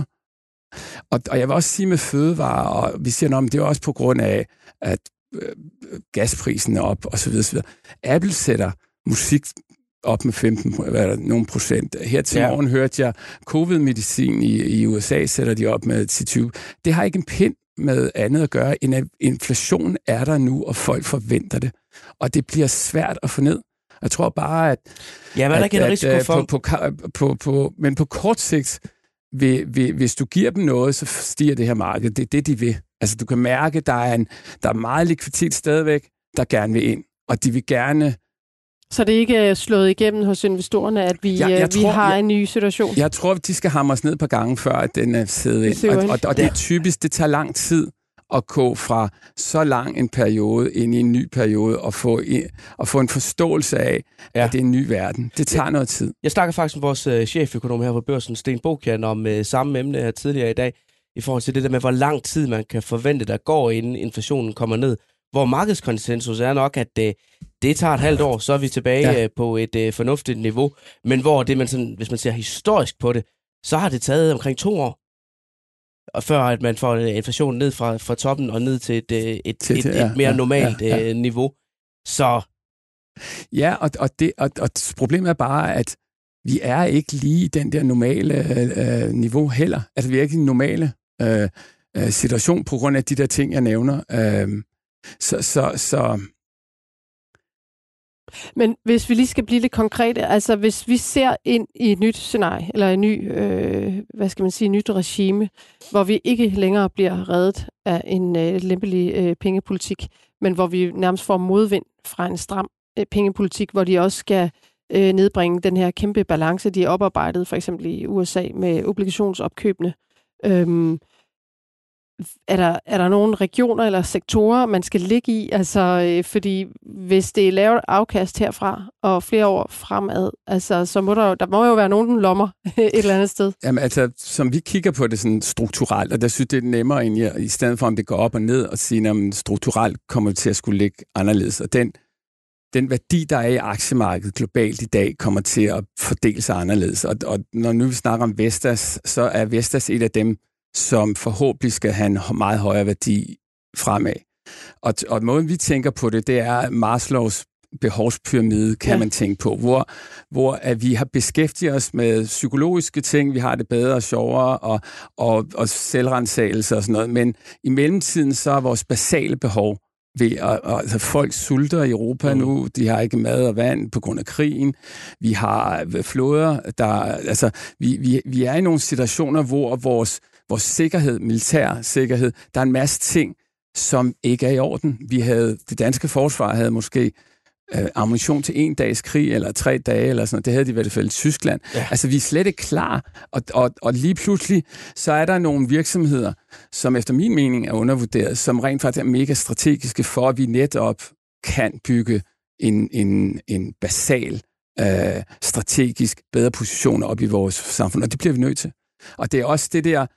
Speaker 3: Og jeg vil også sige med fødevarer, og vi siger, det er også på grund af, at gasprisen er op, og så videre. Apple sætter musik op med nogle procent. Her til morgen hørte jeg, covid-medicin i USA sætter de op med 10-20. Det har ikke en pind med andet at gøre, end at inflation er der nu, og folk forventer det. Og det bliver svært at få ned. Jeg tror bare, at...
Speaker 4: Ja, men der er risiko for...
Speaker 3: Men på kort sigt, hvis du giver dem noget, så stiger det her marked. Det er det, de vil. Altså, du kan mærke, der er meget likviditet stadigvæk, der gerne vil ind. Og de vil gerne...
Speaker 1: Så det er ikke slået igennem hos investorerne, at vi har en ny situation?
Speaker 3: Jeg tror, de skal hamres ned på gangen, før at den er siddet ind. Og det er typisk, det tager lang tid at gå fra så lang en periode ind i en ny periode og få en forståelse af, at det er en ny verden. Det tager noget tid.
Speaker 4: Jeg snakker faktisk med vores cheføkonom her på Børsen, Sten Bokian, om samme emne her tidligere i dag, i forhold til det der med, hvor lang tid man kan forvente, der går, inden inflationen kommer ned. Hvor markedskonsensus er nok, at det tager et halvt år, så er vi tilbage på et fornuftigt niveau. Men hvor det, man sådan, hvis man ser historisk på det, så har det taget omkring 2 år, og før at man får inflationen ned fra toppen og ned til et mere normalt niveau. Så...
Speaker 3: Ja, og problemet er bare, at vi er ikke lige i den der normale niveau heller. Altså, vi er ikke i den normale situation på grund af de der ting, jeg nævner. Så...
Speaker 1: Men hvis vi lige skal blive lidt konkrete, altså hvis vi ser ind i et nyt scenarie, eller en ny, nyt regime, hvor vi ikke længere bliver reddet af en lempelig pengepolitik, men hvor vi nærmest får modvind fra en stram pengepolitik, hvor de også skal nedbringe den her kæmpe balance, de er oparbejdet, for eksempel i USA med obligationsopkøbene. Er der nogle regioner eller sektorer, man skal ligge i? Altså, fordi hvis det er lavt afkast herfra og flere år fremad, altså, så må der må jo være nogle lommer et eller andet sted. Jamen
Speaker 3: altså, som vi kigger på det sådan strukturelt, og der synes det er nemmere egentlig, i stedet for om det går op og ned, og sige, at strukturelt kommer det til at skulle ligge anderledes. Og den værdi, der er i aktiemarkedet globalt i dag, kommer til at fordele sig anderledes. Og når nu vi snakker om Vestas, så er Vestas et af dem, som forhåbentlig skal have en meget højere værdi fremad. Og måden, vi tænker på det, det er Maslows behovspyramide, kan man tænke på, hvor at vi har beskæftiget os med psykologiske ting, vi har det bedre og sjovere, og selvrensagelse og sådan noget, men i mellemtiden så er vores basale behov altså folk sulter i Europa nu, de har ikke mad og vand på grund af krigen, vi har floder, vi er i nogle situationer, hvor vores sikkerhed, militær sikkerhed, der er en masse ting, som ikke er i orden. Det danske forsvar havde måske ammunition til 1 dags krig, eller 3 dage, eller sådan noget. Det havde de i hvert fald i Tyskland. Ja. Altså, vi er slet ikke klar, og lige pludselig, så er der nogle virksomheder, som efter min mening er undervurderet, som rent faktisk er mega strategiske for, at vi netop kan bygge en basal, strategisk bedre position op i vores samfund, og det bliver vi nødt til. Og det er også det der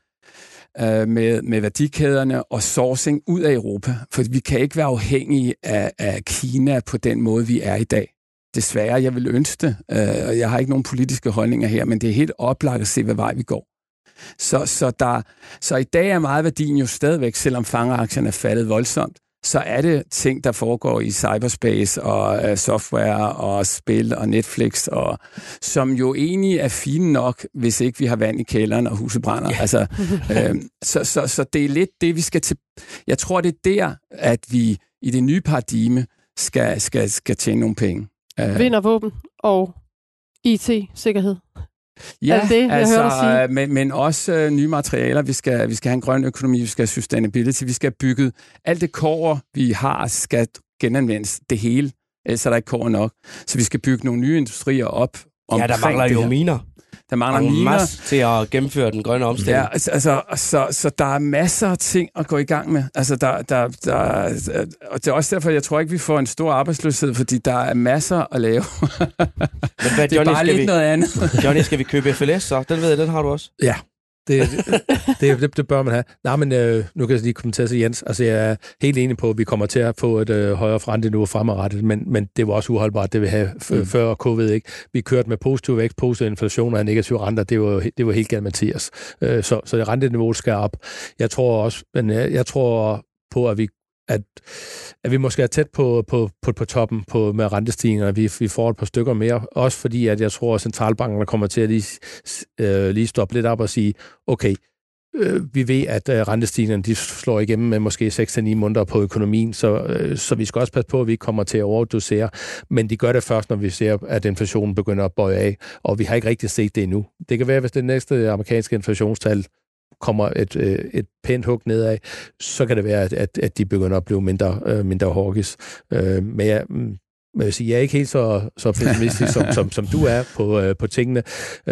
Speaker 3: med værdikæderne og sourcing ud af Europa, for vi kan ikke være afhængige af Kina på den måde, vi er i dag. Desværre, jeg vil ønske det, og jeg har ikke nogen politiske holdninger her, men det er helt oplagt at se, hvad vej vi går. Så i dag er meget værdien jo stadigvæk, selvom fangeraktierne er faldet voldsomt, så er det ting, der foregår i cyberspace og software og spil og Netflix, og som jo egentlig er fine nok, hvis ikke vi har vand i kælderen og huset brænder. Yeah. Altså, så det er lidt det, vi skal til. Jeg tror, det er der, at vi i det nye paradigme skal tjene nogle penge.
Speaker 1: Vind og våben og IT-sikkerhed.
Speaker 3: Ja, men også nye materialer. Vi skal have en grøn økonomi, vi skal have sustainability, vi skal have bygget alt det kobber, vi har, skal genanvendes det hele, ellers er der ikke kobber nok. Så vi skal bygge nogle nye industrier op.
Speaker 4: Ja, der mangler jo miner.
Speaker 3: der mangler miner.
Speaker 4: Til at gennemføre den grønne omstilling.
Speaker 3: Ja, så der er masser af ting at gå i gang med. Altså, og det er også derfor, jeg tror ikke, vi får en stor arbejdsløshed, fordi der er masser at lave.
Speaker 4: Men hvad,
Speaker 3: det er bare lidt noget andet.
Speaker 4: Johnny, skal vi købe FLS så? Den ved jeg, den har du også.
Speaker 2: Ja. Det bør man have. Nej, men nu kan jeg lige kommentere til Jens. Altså, jeg er helt enig på, at vi kommer til at få et højere renteniveau fremadrettet, men det var også uholdbart, det vi havde før covid, ikke? Vi kørte med positiv vækst, positiv inflation og negative renter. Det var helt galt, Mathias. Så renteniveauet skal op. Jeg tror også, men jeg tror på, at vi måske er tæt på toppen med rentestigninger. Vi får et par stykker mere, også fordi, at jeg tror, at centralbankerne kommer til at lige stoppe lidt op og sige, okay, vi ved, at rentestigningerne de slår igennem med måske 6-9 måneder på økonomien, så vi skal også passe på, at vi ikke kommer til at overdosere, men de gør det først, når vi ser, at inflationen begynder at bøje af, og vi har ikke rigtig set det endnu. Det kan være, hvis det næste amerikanske inflationstal kommer et pænt hug nedad, så kan det være, at de begynder at blive mindre hawkish. Men jeg vil sige, jeg er ikke helt så pessimistisk, som du er på tingene.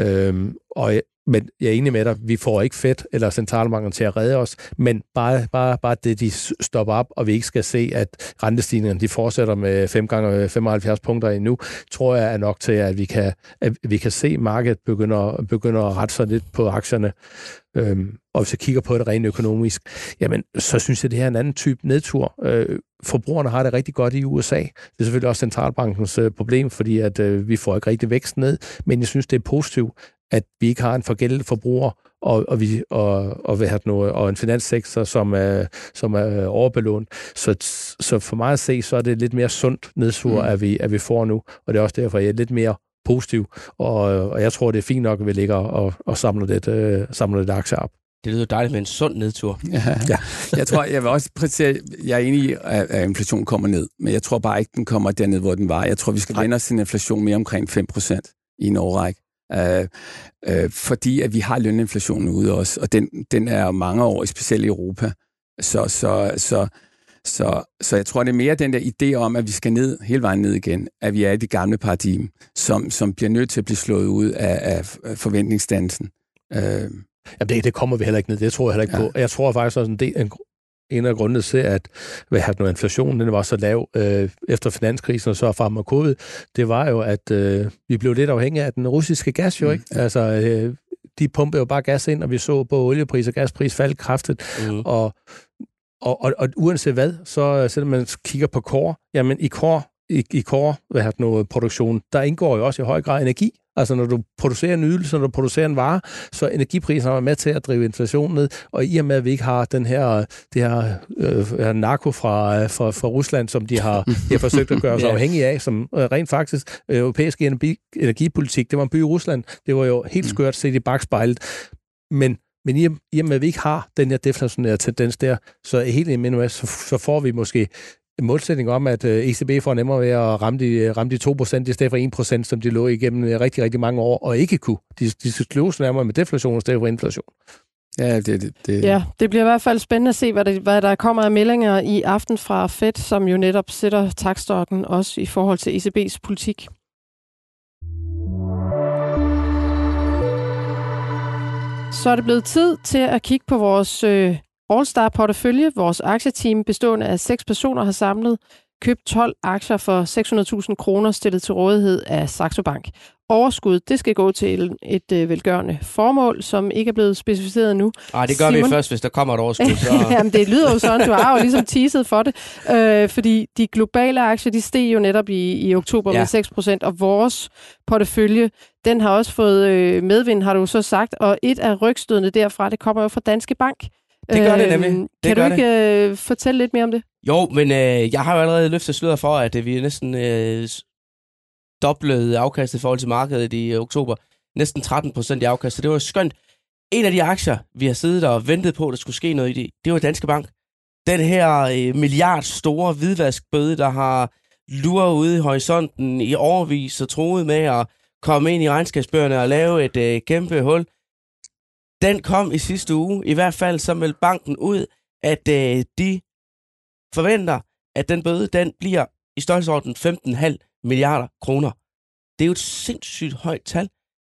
Speaker 2: Men jeg er enig med dig, vi får ikke Fed eller centralbanken til at redde os, men bare det, de stopper op, og vi ikke skal se, at rentestigningerne de fortsætter med 5 gange 75 punkter endnu, tror jeg er nok til, at vi kan se markedet begynder at rette sig lidt på aktierne. Og hvis jeg kigger på det rent økonomisk, jamen, så synes jeg, det her er en anden type nedtur. Forbrugerne har det rigtig godt i USA. Det er selvfølgelig også centralbankens problem, fordi at vi får ikke rigtig vækst ned, men jeg synes, det er positivt, at vi ikke har en forgældet forbruger og en finanssektor, som er overbelånt. Så for mig at se, så er det lidt mere sundt nedsur, at vi får nu, og det er også derfor, jeg er lidt mere positiv, og jeg tror, det er fint nok, at vi ligger og samler lidt aktier op.
Speaker 4: Det lyder dejligt med en sund nedtur.
Speaker 3: Ja. Jeg vil også præcisere, jeg er enig i, at inflationen kommer ned, men jeg tror bare ikke, den kommer derned, hvor den var. Jeg tror, vi skal vende os til en inflation mere omkring 5% i en årrække. Fordi at vi har løninflationen ude også, og den er mange år, specielt i Europa. Så jeg tror, det er mere den der idé om, at vi skal ned, hele vejen ned igen, at vi er i det gamle paradigme, som bliver nødt til at blive slået ud af forventningsdansen.
Speaker 2: Jamen det kommer vi heller ikke ned, det tror jeg heller ikke på. Jeg tror faktisk også, en af grundene til, at inflationen den var så lav efter finanskrisen og så frem og covid, det var jo, at vi blev lidt afhængige af den russiske gas, jo ikke? Altså, de pumpede jo bare gas ind, og vi så på oliepris og gaspris falde kraftigt. Og uanset hvad, så selvom man kigger på core, jamen i core produktion, der indgår jo også i høj grad energi. Altså når du producerer en ydelse, når du producerer en vare, så energipriserne er med til at drive inflationen ned, og i og med, at vi ikke har det her narko fra Rusland, som de har forsøgt at gøre os afhængige af, som rent faktisk europæisk energipolitik, det var en by i Rusland, det var jo helt skørt set i bagspejlet, men i og med, at vi ikke har den her deflationære tendens der, så helt enig med, så får vi måske en målsætning om, at ECB får nemmere ved at ramme de 2% i stedet for 1%, som de lå igennem rigtig, rigtig mange år, og ikke kunne. De slås nærmere med deflation i stedet for inflation.
Speaker 3: Ja,
Speaker 1: Ja, det bliver i hvert fald spændende at se, hvad der kommer af meldinger i aften fra Fed, som jo netop sætter taktstokken også i forhold til ECB's politik. Så er det blevet tid til at kigge på vores All-Star-portefølje. Vores aktieteam bestående af 6 personer har samlet købt 12 aktier for 600.000 kroner stillet til rådighed af Saxo Bank. Overskud, det skal gå til et velgørende formål, som ikke er blevet specificeret endnu.
Speaker 4: Det gør Simon, vi først, hvis der kommer et overskud. Så...
Speaker 1: Jamen, det lyder jo sådan, du har jo ligesom teaset for det. Fordi de globale aktier, de steg jo netop i oktober med 6%, og vores portefølje, den har også fået medvind, har du så sagt, og et af rygstødene derfra, det kommer jo fra Danske Bank.
Speaker 4: Det gør det nemlig.
Speaker 1: Kan du ikke fortælle lidt mere om det?
Speaker 4: Jo, men jeg har jo allerede løftet sløret for, at vi er næsten doblede afkastet i forhold til markedet i oktober. Næsten 13% i afkast, så det var skønt. En af de aktier, vi har siddet og ventet på, der skulle ske noget i det var Danske Bank. Den her milliard store hvidvaskbøde, der har luret ude i horisonten i årevis og troet med at komme ind i regnskabsbøgerne og lave et kæmpe hul. Den kom i sidste uge. I hvert fald så meldte banken ud, at de forventer, at den bøde, den bliver i størrelsesorden 15,5 milliarder kroner. Det er jo et sindssygt højt tal.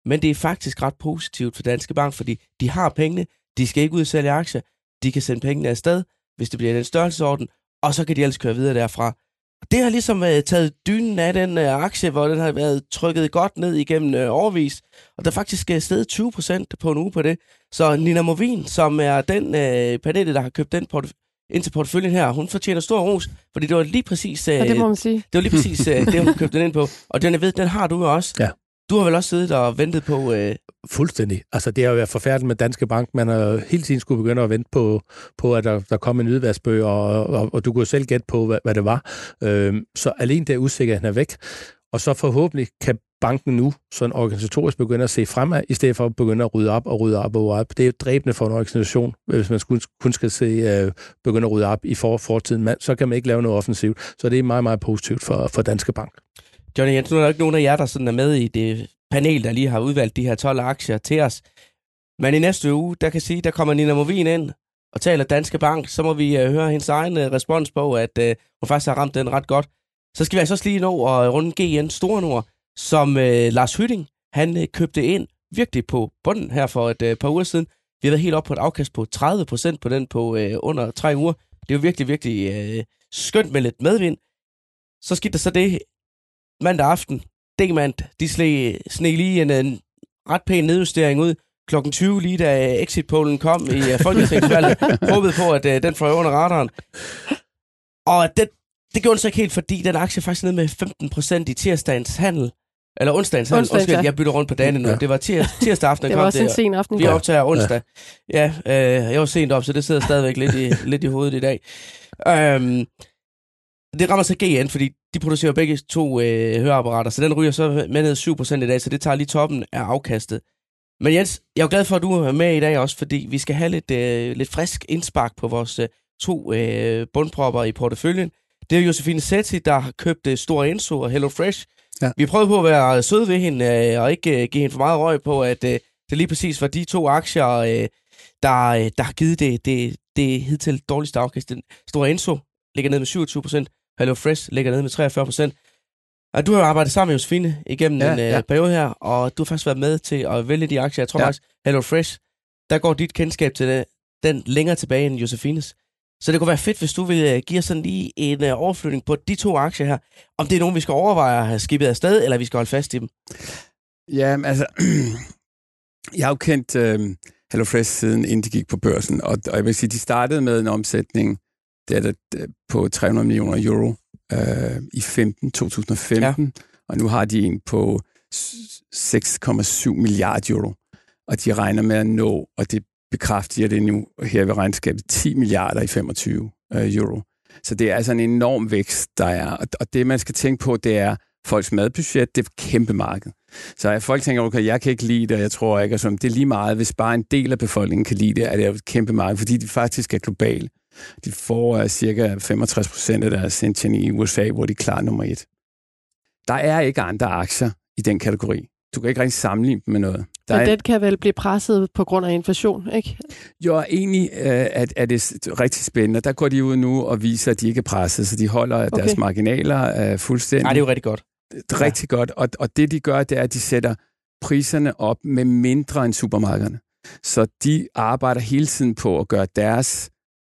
Speaker 4: men det er faktisk ret positivt for Danske Bank, fordi de har pengene, de skal ikke ud og sælge aktier, de kan sende pengene afsted, hvis det bliver den størrelsesorden, og så kan de ellers køre videre derfra. Det har ligesom taget dynen af den aktie, hvor den har været trykket godt ned igennem årevis, og der er faktisk steget 20% på en uge på det. Så Nina Movin, som er den panel, der har købt den ind til porteføljen her, hun fortjener stor ros, fordi det var lige præcis
Speaker 1: det må man sige.
Speaker 4: Det var lige præcis det, hun købte den ind på. Og den, jeg ved, den har du jo også.
Speaker 2: Ja.
Speaker 4: Du har vel også siddet og ventet på...
Speaker 2: Fuldstændig. Altså, det har jo været forfærdeligt med Danske Bank. Man har hele tiden skulle begynde at vente på at der kom en udværsbøg, og du kunne selv gætte på, hvad det var. Så alene der usikkerheden er væk. Og så forhåbentlig kan banken nu sådan organisatorisk begynde at se fremad, i stedet for at begynde at rydde op. Det er jo dræbende for en organisation, hvis man kun skal begynde at rydde op i fortiden. Så kan man ikke lave noget offensivt. Så det er meget, meget positivt for Danske Bank.
Speaker 4: Johnny Jensen, nu er der ikke nogen af jer, der sådan er med i det panel, der lige har udvalgt de her 12 aktier til os. Men i næste uge, der kommer Nina Movin ind og taler Danske Bank. Så må vi høre hendes egen respons på, at hun faktisk har ramt den ret godt. Så skal vi altså også lige nå at runde GN Store Nord, som Lars Hytting, han købte ind virkelig på bunden her for et par uger siden. Vi har været helt op på et afkast på 30% på den på under 3 uger. Det er jo virkelig, virkelig skønt med lidt medvind. Så skete der så det mandag aften. Demand, de sneg lige en ret pæn nedjustering ud klokken 20, lige da exit-pollen kom i folketingsvalget. Håbede på, at den fløj under radaren. Og det gjorde den så ikke helt, fordi den aktie faktisk ned med 15% i tirsdagens handel. Eller onsdagens handel. Undskyld, jeg bytter rundt på dagen nu. Ja. Det var tirsdag aften.
Speaker 1: Det var også en sen aften.
Speaker 4: Vi optager onsdag. Ja, jeg var sent op, så det sidder stadigvæk lidt i hovedet i dag. Det rammer så GN, fordi de producerer begge to høreapparater, så den ryger så med ned 7% i dag, så det tager lige toppen af afkastet. Men Jens, jeg er jo glad for, at du er med i dag også, fordi vi skal have lidt frisk indspark på vores 2 bundpropper i porteføljen. Det er Josefine Sethi, der har købt Stora Enso og HelloFresh. Ja. Vi prøvede på at være søde ved hende og ikke give hende for meget røg på, at det lige præcis var de 2 aktier, der har givet det hidtil dårligste afkast. Stora Enso ligger ned med 27%. HelloFresh ligger nede med 43%. Og du har arbejdet sammen med Josefine igennem en periode her, og du har faktisk været med til at vælge de aktier. Jeg tror faktisk, HelloFresh, der går dit kendskab til den længere tilbage end Josefines. Så det kunne være fedt, hvis du ville give os sådan lige en overflytning på de 2 aktier her. Om det er nogen, vi skal overveje at have skibet afsted, eller vi skal holde fast i dem.
Speaker 3: Ja, altså, jeg har jo kendt HelloFresh siden inden de gik på børsen, og jeg vil sige, de startede med en omsætning på 300 millioner euro i 2015, og nu har de en på 6,7 milliarder euro, og de regner med at nå, og det bekræfter det nu her ved regnskabet, 10 milliarder i 25 euro. Så det er altså en enorm vækst, der er, og det man skal tænke på, det er folks madbudget, det er et kæmpe marked. Så folk tænker, okay, jeg kan ikke lide det, jeg tror ikke, altså, det er lige meget, hvis bare en del af befolkningen kan lide det, er det et kæmpe marked, fordi de faktisk er globale. De får cirka 65% af deres indtjening i USA, hvor de er klar nummer 1. Der er ikke andre aktier i den kategori. Du kan ikke rigtig sammenligne dem med noget.
Speaker 1: Men den kan vel blive presset på grund af inflation, ikke?
Speaker 3: Jo, egentlig er det rigtig spændende. Der går de ud nu og viser, at de ikke er presset, så de holder deres marginaler fuldstændig.
Speaker 4: Nej, det er jo rigtig godt.
Speaker 3: Rigtig godt, og det de gør, det er, at de sætter priserne op med mindre end supermarkederne. Så de arbejder hele tiden på at gøre deres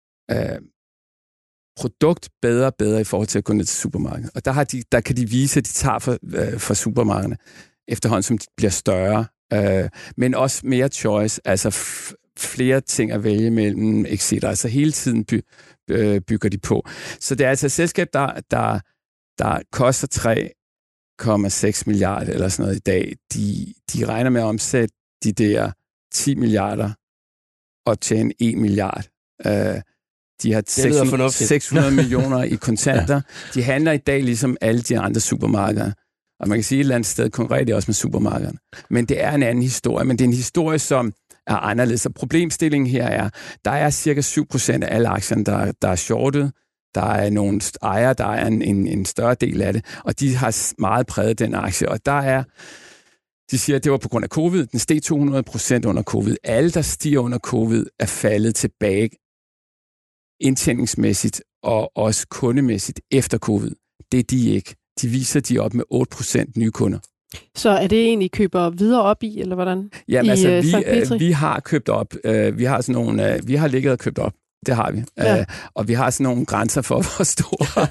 Speaker 3: produkt bedre i forhold til at gå ned til supermarkedet. Og der kan de vise, at de tager for supermarkederne efterhånden, som de bliver større. Men også mere choice, altså flere ting at vælge mellem, etc. Altså hele tiden bygger de på. Så det er altså et selskab, der koster 3,6 milliarder eller sådan noget i dag. De regner med at omsætte de der 10 milliarder og tjene 1 milliard. De har 600 millioner i kontanter. Ja. De handler i dag ligesom alle de andre supermarkeder. Og man kan sige, at et eller andet sted konkurrerer de også med supermarkederne. Men det er en anden historie. Men det er en historie, som er anderledes. Og problemstillingen her er, der er cirka 7% af alle aktierne, der er shortet. Der er nogle ejere, der er en større del af det. Og de har meget præget den aktie. Og de siger, at det var på grund af covid. Den steg 200% under covid. Alle, der stiger under covid, er faldet tilbage indtjeningsmæssigt og også kundemæssigt efter covid. Det er de ikke. De viser, at de er op med 8% nye kunder.
Speaker 1: Så er det egentlig, I køber videre op i, eller hvordan?
Speaker 3: Jamen altså, vi har købt op. Vi har sådan nogle, vi har ligget og købt op. Det har vi. Ja. Og vi har sådan nogle grænser for, hvor store.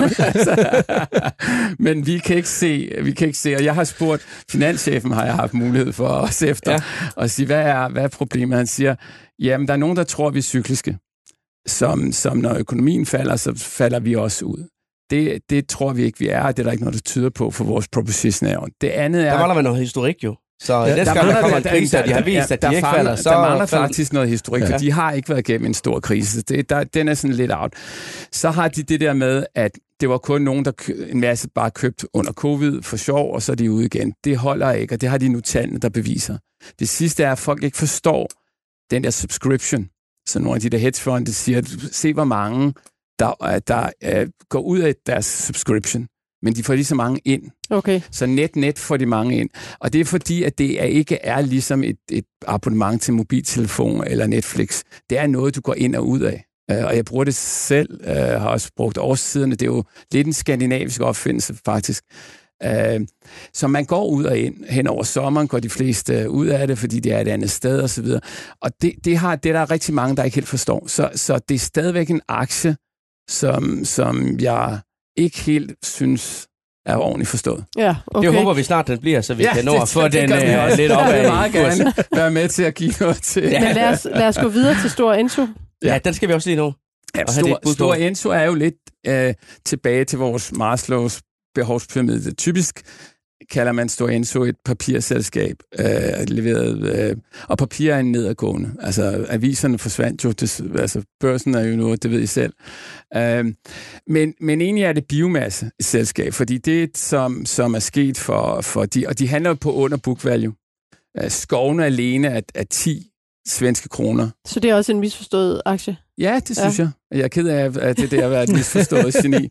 Speaker 3: Men vi kan ikke se, og jeg har spurgt, finanschefen har jeg haft mulighed for os efter, og sige, hvad er problemet? Han siger, jamen, der er nogen, der tror, vi er cykliske. Som når økonomien falder, så falder vi også ud. Det tror vi ikke, vi er, og det er der ikke noget, der tyder på for vores proposition er. Det andet er... Der
Speaker 4: mangler noget historik jo. Så næste gang, der kommer en krise, og de har vist, at de ikke falder, så...
Speaker 3: Der mangler faktisk noget historik, for de har ikke været igennem en stor krise. Den er sådan lidt out. Så har de det der med, at det var kun nogen, der en masse bare købt under covid for sjov, og så er de ude igen. Det holder ikke, og det har de nu tallene, der beviser. Det sidste er, at folk ikke forstår den der subscription. Så nogle af de der hedgefonde siger, se hvor mange, der går ud af deres subscription, men de får lige så mange ind.
Speaker 1: Okay.
Speaker 3: Så net får de mange ind. Og det er fordi, at det ikke er ligesom et abonnement til mobiltelefon eller Netflix. Det er noget, du går ind og ud af. Og jeg bruger det selv, har også brugt årstiderne. Det er jo lidt en skandinavisk opfindelse, faktisk. Så man går ud og ind. Hen over sommeren går de fleste ud af det, fordi det er et andet sted og så videre. Og det er der rigtig mange, der ikke helt forstår. Så det er stadigvæk en aktie, som jeg ikke helt synes er ordentligt forstået.
Speaker 1: Ja, okay.
Speaker 4: Det håber vi snart, den bliver, så vi kan nå at få den lidt op af.
Speaker 3: Jeg vil meget gerne være med til at give noget til.
Speaker 1: Ja. Men lad os gå videre til Stor Enso.
Speaker 4: Ja, den skal vi også lige nå.
Speaker 3: Ja, Stor Enso er jo lidt tilbage til vores Maslows behovspyramide. Typisk kalder man Stor Enso et papirselskab, leveret, og papir er en nedadgående. Altså, aviserne forsvandt jo, altså børsen er jo noget, det ved I selv. Men egentlig er det biomasse-selskab, fordi det, som er sket for de, og de handler jo på under book value. Skovene alene er 10 svenske kroner. Så
Speaker 1: det er også en misforstået aktie?
Speaker 3: Ja, det synes jeg. Jeg er ked af, at det der har været et misforstået geni.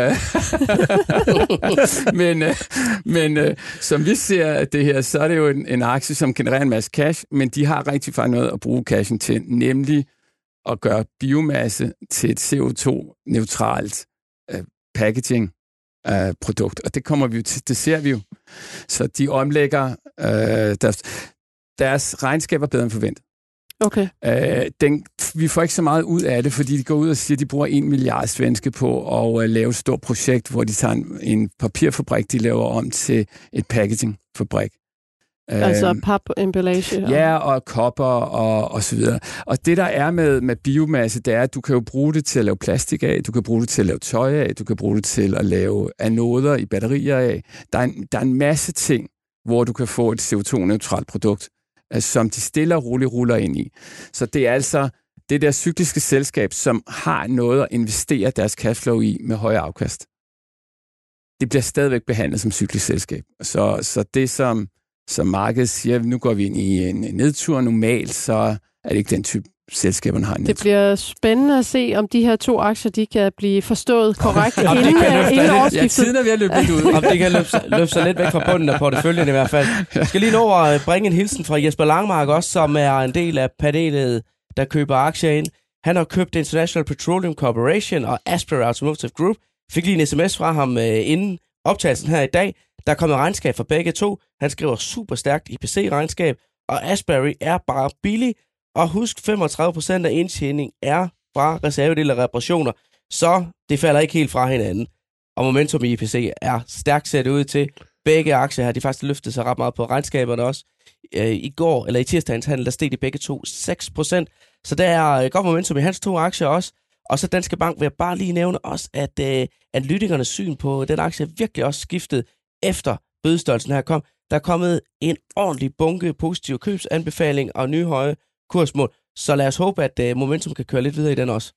Speaker 3: men som vi ser det her, så er det jo en aktie, som genererer en masse cash, men de har rigtig faktisk noget at bruge cashen til, nemlig at gøre biomasse til et CO2-neutralt packaging-produkt. Og det kommer vi jo til, det ser vi jo. Så de omlægger deres regnskab er bedre end forventet.
Speaker 1: Okay.
Speaker 3: Vi får ikke så meget ud af det, fordi de går ud og siger, at de bruger 1 milliard svenske på at lave et stort projekt, hvor de tager en papirfabrik, de laver om til et packagingfabrik.
Speaker 1: Altså papemballage?
Speaker 3: Ja, og kopper og så videre. Og det, der er med biomasse, det er, at du kan jo bruge det til at lave plastik af, du kan bruge det til at lave tøj af, du kan bruge det til at lave anoder i batterier af. Der er en masse ting, hvor du kan få et CO2-neutralt produkt, som de stille og roligt ruller ind i. Så det er altså det der cykliske selskab, som har noget at investere deres cashflow i med høje afkast. Det bliver stadigvæk behandlet som cyklisk selskab. Så det, som markedet siger, nu går vi ind i en nedtur normalt, så er det ikke den type selskaberne har en nedtur.
Speaker 1: Det bliver spændende at se, om de her 2 aktier, de kan blive forstået korrekt inden årsskiftet.
Speaker 3: Ja, tiden er ved at løbe lidt ud.
Speaker 4: Om det kan løbe sig lidt væk fra bunden af porteføljen i hvert fald. Jeg skal lige nå at bringe en hilsen fra Jesper Langmark også, som er en del af panelet, der køber aktier ind. Han har købt International Petroleum Corporation og Asbury Automotive Group. Fik lige en sms fra ham inden optagelsen her i dag. Der er kommet regnskab for begge to. Han skriver super stærkt IPC-regnskab, og Asbury er bare billig. Og husk, 35% af indtjening er fra reservedele og reparationer, så det falder ikke helt fra hinanden. Og momentum i IPC er stærkt sat ud til. Begge aktier har de faktisk løftet sig ret meget på regnskaberne også. I går, eller i tirsdagens handel, der steg de begge to 6%. Så der er godt momentum i hans 2 aktier også. Og så Danske Bank vil jeg bare lige nævne også, at analytikernes syn på den aktie virkelig også skiftet efter bødestørrelsen her kom. Der er kommet en ordentlig bunke positive købsanbefalinger og nye høje kursmål. Så lad os håbe, at momentum kan køre lidt videre i den også.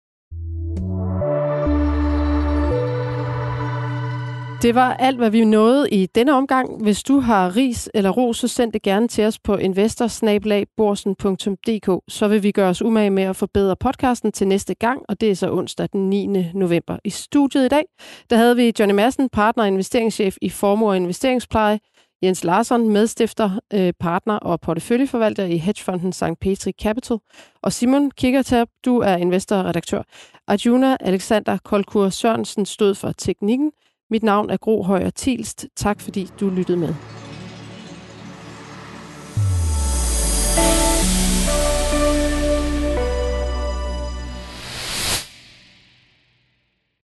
Speaker 1: Det var alt, hvad vi nåede i denne omgang. Hvis du har ris eller ros, så send det gerne til os på investor@borsen.dk. Så vil vi gøre os umage med at forbedre podcasten til næste gang, og det er så onsdag den 9. november. I studiet i dag, der havde vi Johnny Madsen, partner og investeringschef i Formue og Investeringspleje, Jens Larsson, medstifter, partner og porteføljeforvalter i hedgefonden St. Petri Capital, og Simon Kikkertab, du er investor og redaktør. Arjuna Alexander Kolkur Sørensen stod for teknikken. Mit navn er Gro Højer Thielst. Tak fordi du lyttede med.